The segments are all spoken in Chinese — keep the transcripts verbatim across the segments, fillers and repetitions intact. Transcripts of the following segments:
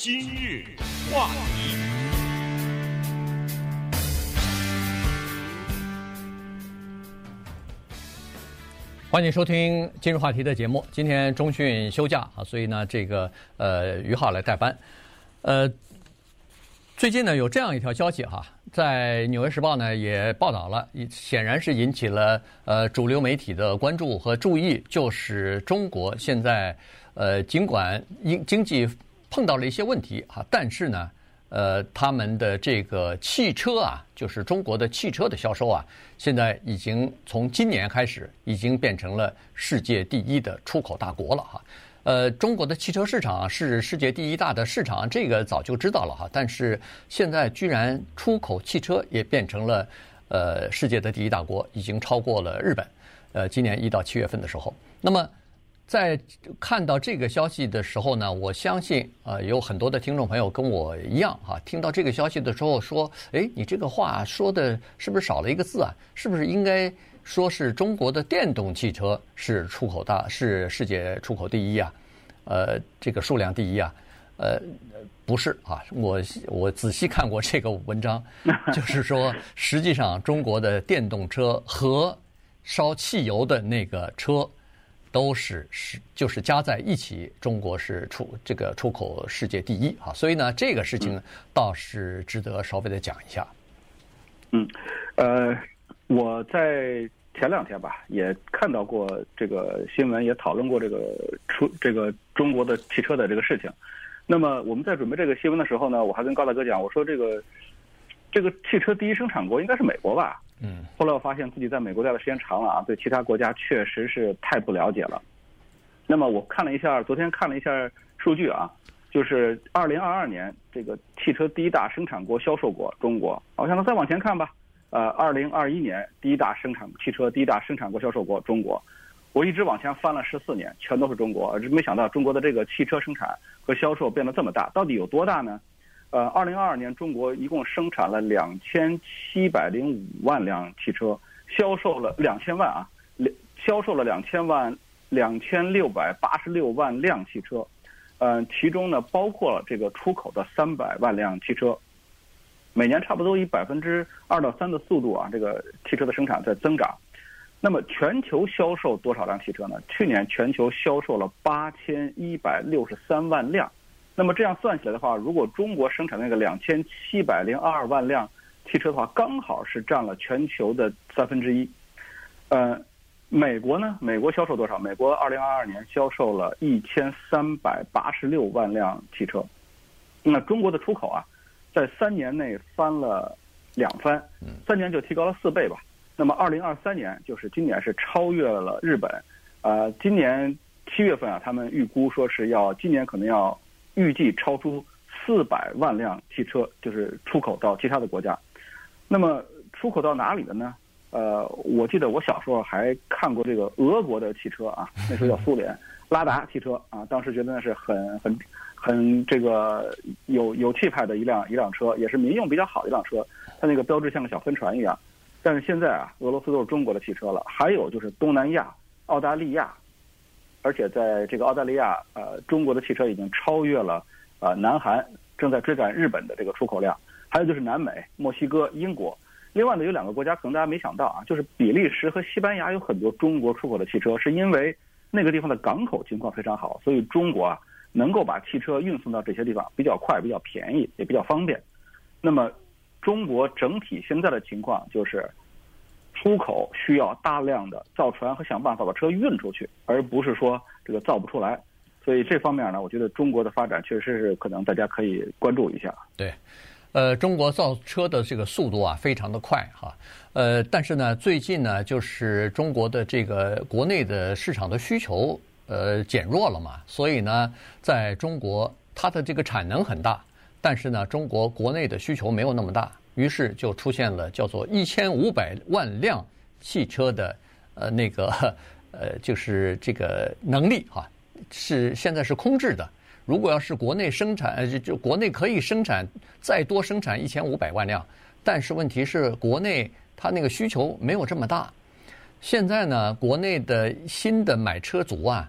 今日话题。 欢迎收听今日话题的节目。今天中训休假啊，所以呢，这个呃于浩来代班。呃，最近呢有这样一条消息哈，在《纽约时报》呢也报道了，显然是引起了呃主流媒体的关注和注意，就是中国现在呃尽管经经济碰到了一些问题哈，但是呢。呃，他们的这个汽车啊，就是中国的汽车的销售啊，现在已经从今年开始，已经变成了世界第一的出口大国了哈。呃，中国的汽车市场是世界第一大的市场，这个早就知道了哈。但是现在居然出口汽车也变成了呃世界的第一大国，已经超过了日本。呃，今年一到七月份的时候，那么。在看到这个消息的时候呢，我相信呃有很多的听众朋友跟我一样哈、啊，听到这个消息的时候说，哎，你这个话说的是不是少了一个字啊？是不是应该说是中国的电动汽车是出口大，是世界出口第一啊？呃，这个数量第一啊？呃，不是啊，我我仔细看过这个文章，就是说实际上中国的电动车和烧汽油的那个车。都是是就是加在一起，中国是出这个出口世界第一啊，所以呢，这个事情倒是值得稍微的讲一下。 嗯，呃，我在前两天吧也看到过这个新闻，也讨论过这个出这个中国的汽车的这个事情。那么我们在准备这个新闻的时候呢，我还跟高大哥讲，我说这个这个汽车第一生产国应该是美国吧。嗯，后来我发现自己在美国待的时间长了啊，对其他国家确实是太不了解了。那么我看了一下，昨天看了一下数据啊，就是二零二二年这个汽车第一大生产国、销售国中国。我想再往前看吧，呃，二零二一年第一大生产汽车第一大生产国、销售国中国。我一直往前翻了十四年，全都是中国，没想到中国的这个汽车生产和销售变得这么大，到底有多大呢？呃，二零二二年中国一共生产了两千七百零五万辆汽车，销售了两千万啊，销售了两千万两千六百八十六万辆汽车，呃，其中呢包括了这个出口的三百万辆汽车，每年差不多以百分之二到三的速度啊，这个汽车的生产在增长。那么全球销售多少辆汽车呢？去年全球销售了八千一百六十三万辆。那么这样算起来的话，如果中国生产那个两千七百零二万辆汽车的话，刚好是占了全球的三分之一。呃，美国呢？美国销售多少？美国二零二二年销售了一千三百八十六万辆汽车。那中国的出口啊，在三年内翻了两番，三年就提高了四倍吧。那么二零二三年，就是今年是超越了日本。呃，今年七月份啊，他们预估说是要今年可能要。预计超出四百万辆汽车，就是出口到其他的国家。那么出口到哪里的呢？呃，我记得我小时候还看过这个俄国的汽车啊，那时候叫苏联拉达汽车啊，当时觉得那是很很很这个有有气派的一辆一辆车，也是民用比较好的一辆车，它那个标志像个小帆船一样。但是现在啊，俄罗斯都是中国的汽车了，还有就是东南亚、澳大利亚。而且在这个澳大利亚，呃，中国的汽车已经超越了呃南韩，正在追赶日本的这个出口量。还有就是南美、墨西哥、英国。另外呢，有两个国家可能大家没想到啊，就是比利时和西班牙有很多中国出口的汽车，是因为那个地方的港口情况非常好，所以中国啊能够把汽车运送到这些地方比较快、比较便宜，也比较方便。那么中国整体现在的情况就是。出口需要大量的造船和想办法把车运出去，而不是说这个造不出来。所以这方面呢，我觉得中国的发展确实是可能大家可以关注一下。 对，呃，中国造车的这个速度啊，非常的快哈。呃，但是呢，最近呢，就是中国的这个国内的市场的需求呃减弱了嘛，所以呢，在中国它的这个产能很大，但是呢，中国国内的需求没有那么大。于是就出现了叫做一千五百万辆汽车的呃那个呃就是这个能力哈、啊，是现在是空置的。如果要是国内生产，就就国内可以生产再多生产一千五百万辆，但是问题是国内它那个需求没有这么大。现在呢，国内的新的买车族啊，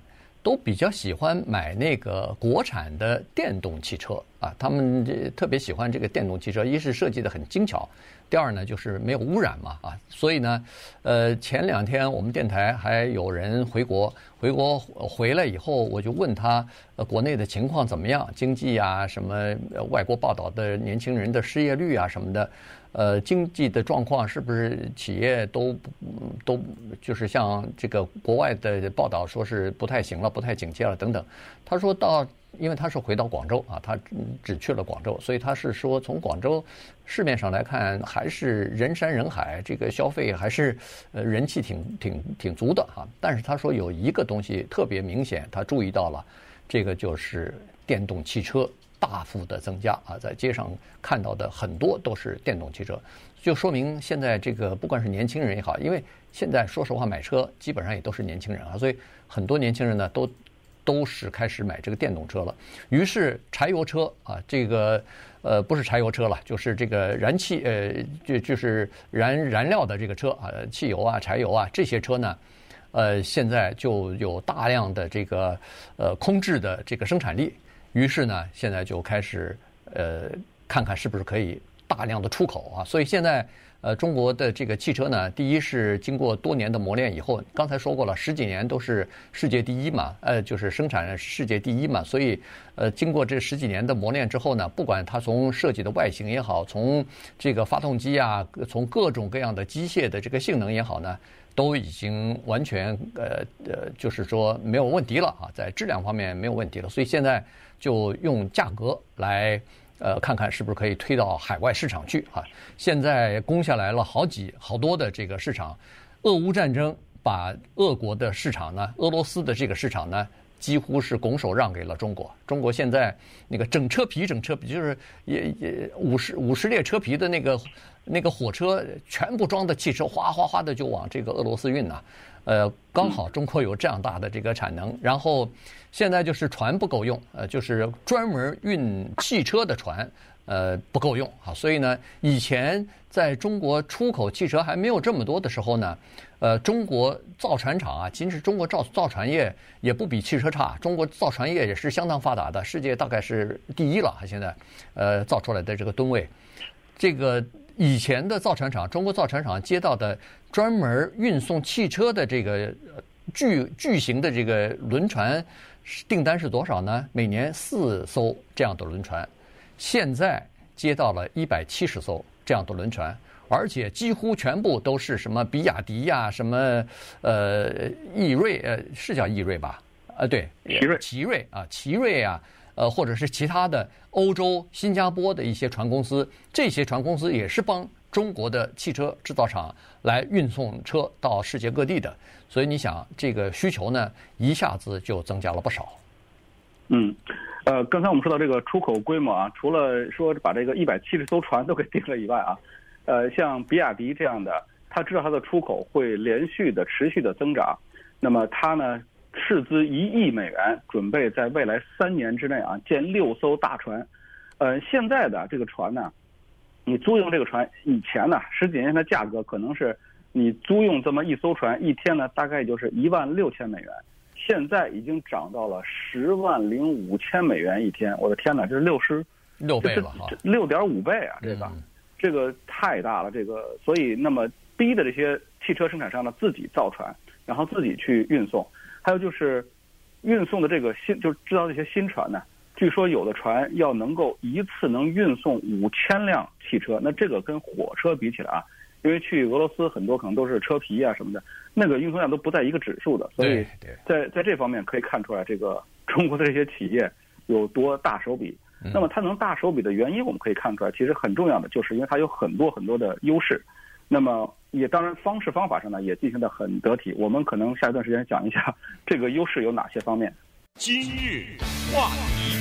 都比较喜欢买那个国产的电动汽车啊，他们特别喜欢这个电动汽车，一是设计得很精巧，第二呢就是没有污染嘛啊，所以呢，呃，前两天我们电台还有人回国，回国回来以后，我就问他，呃，国内的情况怎么样，经济啊，什么外国报道的年轻人的失业率啊什么的。呃，经济的状况是不是企业都都就是像这个国外的报道说是不太行了，不太景气了等等？他说到，因为他是回到广州啊，他只去了广州，所以他是说从广州市面上来看，还是人山人海，这个消费还是呃人气挺挺挺足的哈。但是他说有一个东西特别明显，他注意到了，这个就是电动汽车大幅的增加啊，在街上看到的很多都是电动汽车，就说明现在这个不管是年轻人也好，因为现在说实话买车基本上也都是年轻人啊，所以很多年轻人呢都都是开始买这个电动车了。于是柴油车啊，这个呃不是柴油车了，就是这个燃气呃就就是燃燃料的这个车啊，汽油啊、柴油啊这些车呢。呃，现在就有大量的这个呃空置的这个生产力。于是呢，现在就开始呃看看是不是可以大量的出口啊。所以现在呃中国的这个汽车呢，第一是经过多年的磨练以后，刚才说过了，十几年都是世界第一嘛，呃就是生产世界第一嘛。所以呃经过这十几年的磨练之后呢，不管它从设计的外形也好，从这个发动机啊，从各种各样的机械的这个性能也好呢。都已经完全呃呃，就是说没有问题了啊，在质量方面没有问题了，所以现在就用价格来呃看看是不是可以推到海外市场去啊。现在攻下来了好几好多的这个市场，俄乌战争把俄国的市场呢，俄罗斯的这个市场呢。几乎是拱手让给了中国。中国现在那个整车皮、整车皮，就是也也五十五十列车皮的那个那个火车，全部装的汽车，哗哗哗的就往这个俄罗斯运呐。呃，刚好中国有这样大的这个产能，然后现在就是船不够用，呃，就是专门运汽车的船。呃，不够用啊，所以呢，以前在中国出口汽车还没有这么多的时候呢，呃，中国造船厂啊，其实中国造造船业也不比汽车差，中国造船业也是相当发达的，世界大概是第一了。现在，呃，造出来的这个吨位，这个以前的造船厂，中国造船厂接到的专门运送汽车的这个巨巨型的这个轮船订单是多少呢？每年四艘这样的轮船。现在接到了一百七十艘这样的轮船，而且几乎全部都是什么比亚迪呀、什么呃易锐呃是叫易锐吧？啊对， 奇瑞奇瑞啊奇瑞啊呃或者是其他的欧洲、新加坡的一些船公司，这些船公司也是帮中国的汽车制造厂来运送车到世界各地的，所以你想这个需求呢一下子就增加了不少。 嗯。呃，刚才我们说到这个出口规模啊，除了说把这个一百七十艘船都给订了以外啊，呃，像比亚迪这样的，他知道它的出口会连续的、持续的增长，那么它呢斥资一亿美元，准备在未来三年之内啊建六艘大船。呃，现在的这个船呢，你租用这个船，以前呢十几年前的价格可能是你租用这么一艘船，一天呢大概就是一万六千美元。现在已经涨到了十万零五千美元一天，我的天哪，这是六十六倍了哈， 六点五倍啊！这个、嗯、这个太大了，这个所以那么逼的这些汽车生产商呢，自己造船，然后自己去运送。还有就是运送的这个新，就是制造这些新船呢，据说有的船要能够一次能运送五千辆汽车，那这个跟火车比起来啊。因为去俄罗斯很多可能都是车皮啊什么的，那个运送量都不在一个指数的，所以在在这方面可以看出来，这个中国的这些企业有多大手笔。那么它能大手笔的原因，我们可以看出来，其实很重要的就是因为它有很多很多的优势。那么也当然方式方法上呢也进行得很得体。我们可能下一段时间讲一下这个优势有哪些方面。 今日话题。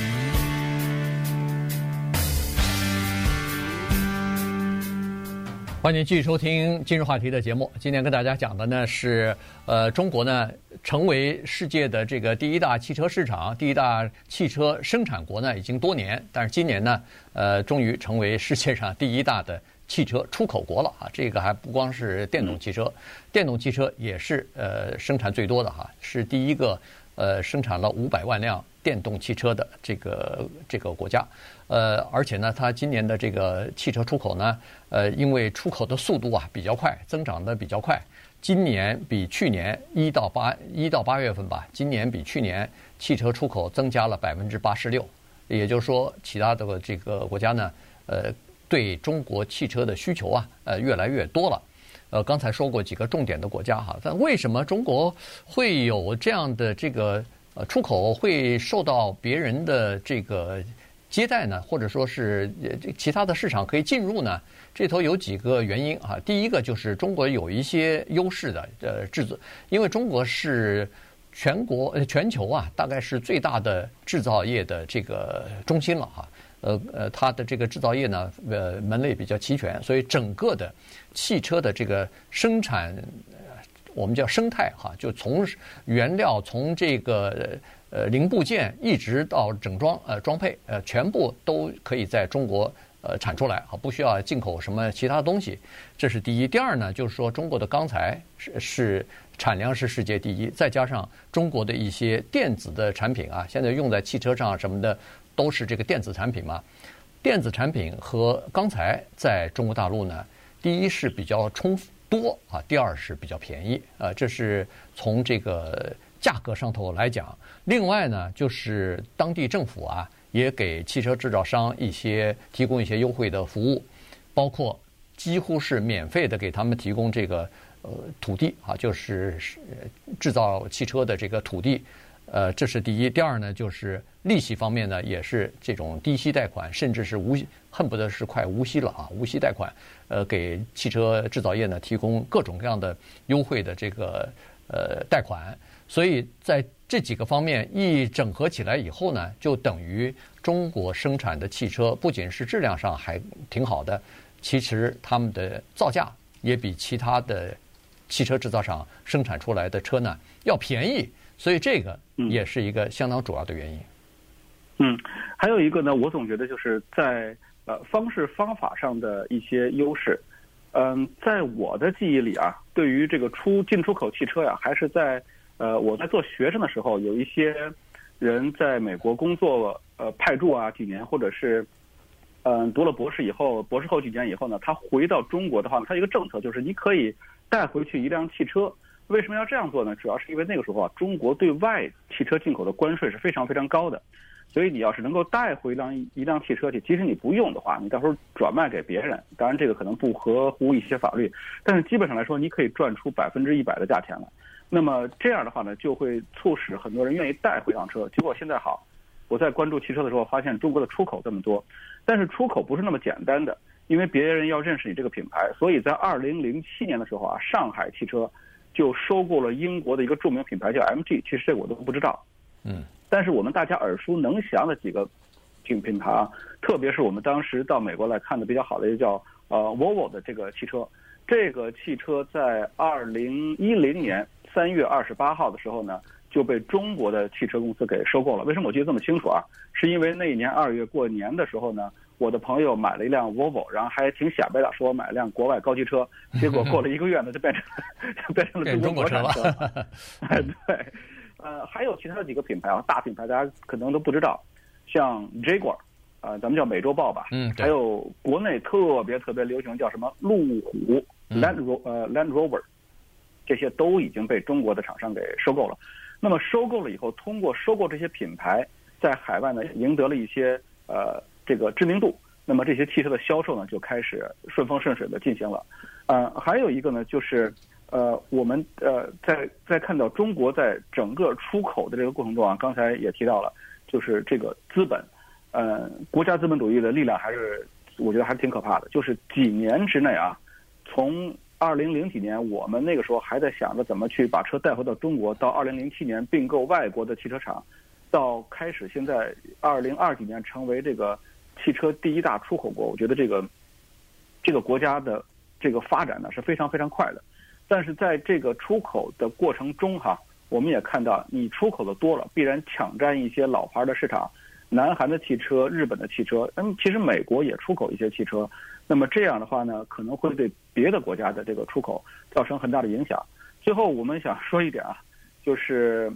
欢迎继续收听今日话题的节目。今天跟大家讲的呢是，呃，中国呢成为世界的这个第一大汽车市场、第一大汽车生产国呢已经多年，但是今年呢，呃，终于成为世界上第一大的汽车出口国了啊！这个还不光是电动汽车，电动汽车也是呃生产最多的哈，是第一个呃，生产了五百万辆电动汽车的这个这个国家，呃，而且呢，它今年的这个汽车出口呢，呃，因为出口的速度啊比较快，增长的比较快，今年比去年一到八一到八月份吧，今年比去年汽车出口增加了百分之八十六，也就是说，其他的这个国家呢，呃，对中国汽车的需求啊，呃，越来越多了。呃，刚才说过几个重点的国家哈，但为什么中国会有这样的这个呃出口会受到别人的这个接待呢？或者说是其他的市场可以进入呢？这头有几个原因啊。第一个就是中国有一些优势的呃制作，因为中国是全国呃全球啊大概是最大的制造业的这个中心了哈。呃呃，它的这个制造业呢，呃门类比较齐全，所以整个的汽车的这个生产，我们叫生态哈，就从原料从这个呃零部件一直到整装呃装配呃全部都可以在中国呃产出来啊，不需要进口什么其他东西，这是第一。第二呢，就是说中国的钢材是是产量是世界第一，再加上中国的一些电子的产品啊，现在用在汽车上什么的。都是这个电子产品嘛，电子产品和钢材在中国大陆呢，第一是比较充多啊，第二是比较便宜啊，这是从这个价格上头来讲。另外呢，就是当地政府啊，也给汽车制造商一些提供一些优惠的服务，包括几乎是免费的给他们提供这个呃土地啊，就是制造汽车的这个土地。呃，这是第一。第二呢，就是利息方面呢，也是这种低息贷款，甚至是无恨不得是快无息了啊，无息贷款，呃，给汽车制造业呢提供各种各样的优惠的这个呃贷款。所以在这几个方面一整合起来以后呢，就等于中国生产的汽车不仅是质量上还挺好的，其实他们的造价也比其他的汽车制造厂生产出来的车呢要便宜。所以这个也是一个相当主要的原因。 嗯，还有一个呢，我总觉得就是在呃方式方法上的一些优势。嗯，在我的记忆里啊，对于这个出进出口汽车呀，还是在呃我在做学生的时候，有一些人在美国工作呃派驻啊几年，或者是嗯、呃、读了博士以后，博士后几年以后呢，他回到中国的话，他有一个政策就是你可以带回去一辆汽车。为什么要这样做呢？主要是因为那个时候啊，中国对外汽车进口的关税是非常非常高的，所以你要是能够带回一辆一辆汽车去，即使你不用的话，你到时候转卖给别人，当然这个可能不合乎一些法律，但是基本上来说，你可以赚出百分之一百的价钱来。那么这样的话呢，就会促使很多人愿意带回辆车。结果现在好，我在关注汽车的时候，发现中国的出口这么多，但是出口不是那么简单的，因为别人要认识你这个品牌，所以在二零零七年的时候啊，上海汽车就收购了英国的一个著名品牌叫 M G， 其实这个我都不知道。 嗯， 但是我们大家耳熟能详的几个品品牌啊，特别是我们当时到美国来看的比较好的一个叫呃 Volvo 的这个汽车，这个汽车在二零一零年三月二十八号的时候呢，就被中国的汽车公司给收购了。为什么我记得这么清楚啊？是因为那一年二月过年的时候呢，我的朋友买了一辆 Volvo， 然后还挺显摆的，说我买了辆国外高级车，结果过了一个月呢，就变成就变成了中国国产车了。哎，对，呃，还有其他的几个品牌啊，大品牌大家可能都不知道，像 Jaguar， 啊、呃，咱们叫美洲豹吧， 嗯， 还有国内特别特别流行叫什么路虎、 嗯、 Land Ro 呃 Land Rover， 这些都已经被中国的厂商给收购了。那么收购了以后，通过收购这些品牌，在海外呢赢得了一些呃。这个知名度，那么这些汽车的销售呢就开始顺风顺水的进行了。呃，还有一个呢就是呃我们呃在在看到中国在整个出口的这个过程中啊，刚才也提到了，就是这个资本，呃国家资本主义的力量还是我觉得还是挺可怕的。就是几年之内啊，从二零零几年我们那个时候还在想着怎么去把车带回到中国，到二零零七年并购外国的汽车厂，到开始现在二零二几年成为这个汽车第一大出口国，我觉得这个这个国家的这个发展呢是非常非常快的。但是在这个出口的过程中哈，我们也看到你出口的多了，必然抢占一些老牌的市场，南韩的汽车、日本的汽车，嗯，其实美国也出口一些汽车。那么这样的话呢，可能会对别的国家的这个出口造成很大的影响。最后我们想说一点啊，就是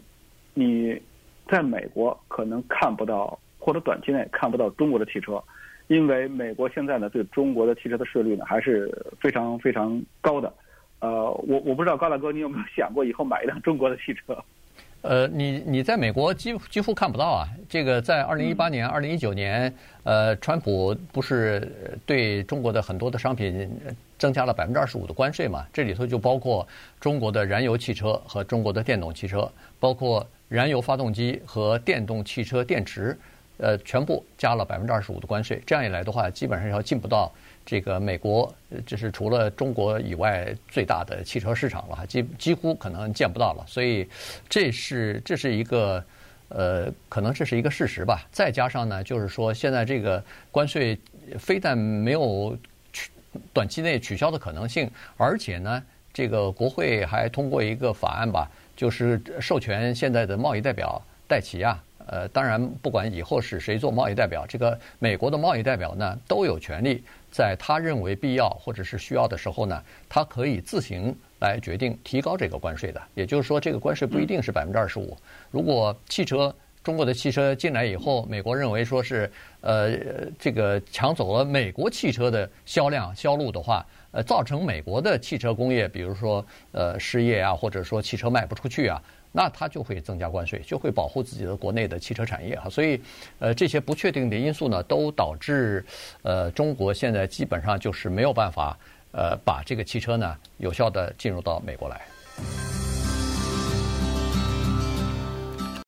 你在美国可能看不到，或者短期内看不到中国的汽车，因为美国现在呢对中国的汽车的税率呢还是非常非常高的。呃，我我不知道高大哥你有没有想过以后买一辆中国的汽车？ 呃，你你在美国几几乎看不到啊。这个在二零一八年、二零一九年，呃，川普不是对中国的很多的商品增加了百分之二十五的关税嘛？这里头就包括中国的燃油汽车和中国的电动汽车，包括燃油发动机和电动汽车电池，呃，全部加了百分之二十五的关税。这样一来的话，基本上要进不到这个美国，这是除了中国以外最大的汽车市场了，几几乎可能见不到了。所以这是这是一个呃，可能这是一个事实吧。再加上呢，就是说现在这个关税非但没有取短期内取消的可能性，而且呢，这个国会还通过一个法案吧，就是授权现在的贸易代表戴奇啊。呃，当然，不管以后是谁做贸易代表，这个美国的贸易代表呢，都有权利在他认为必要或者是需要的时候呢，他可以自行来决定提高这个关税的。也就是说，这个关税不一定是百分之二十五。如果汽车中国的汽车进来以后，美国认为说是呃这个抢走了美国汽车的销量销路的话，呃，造成美国的汽车工业，比如说呃失业啊，或者说汽车卖不出去啊。那它就会增加关税，就会保护自己的国内的汽车产业哈。所以，呃，这些不确定的因素呢，都导致呃中国现在基本上就是没有办法呃把这个汽车呢有效的进入到美国来。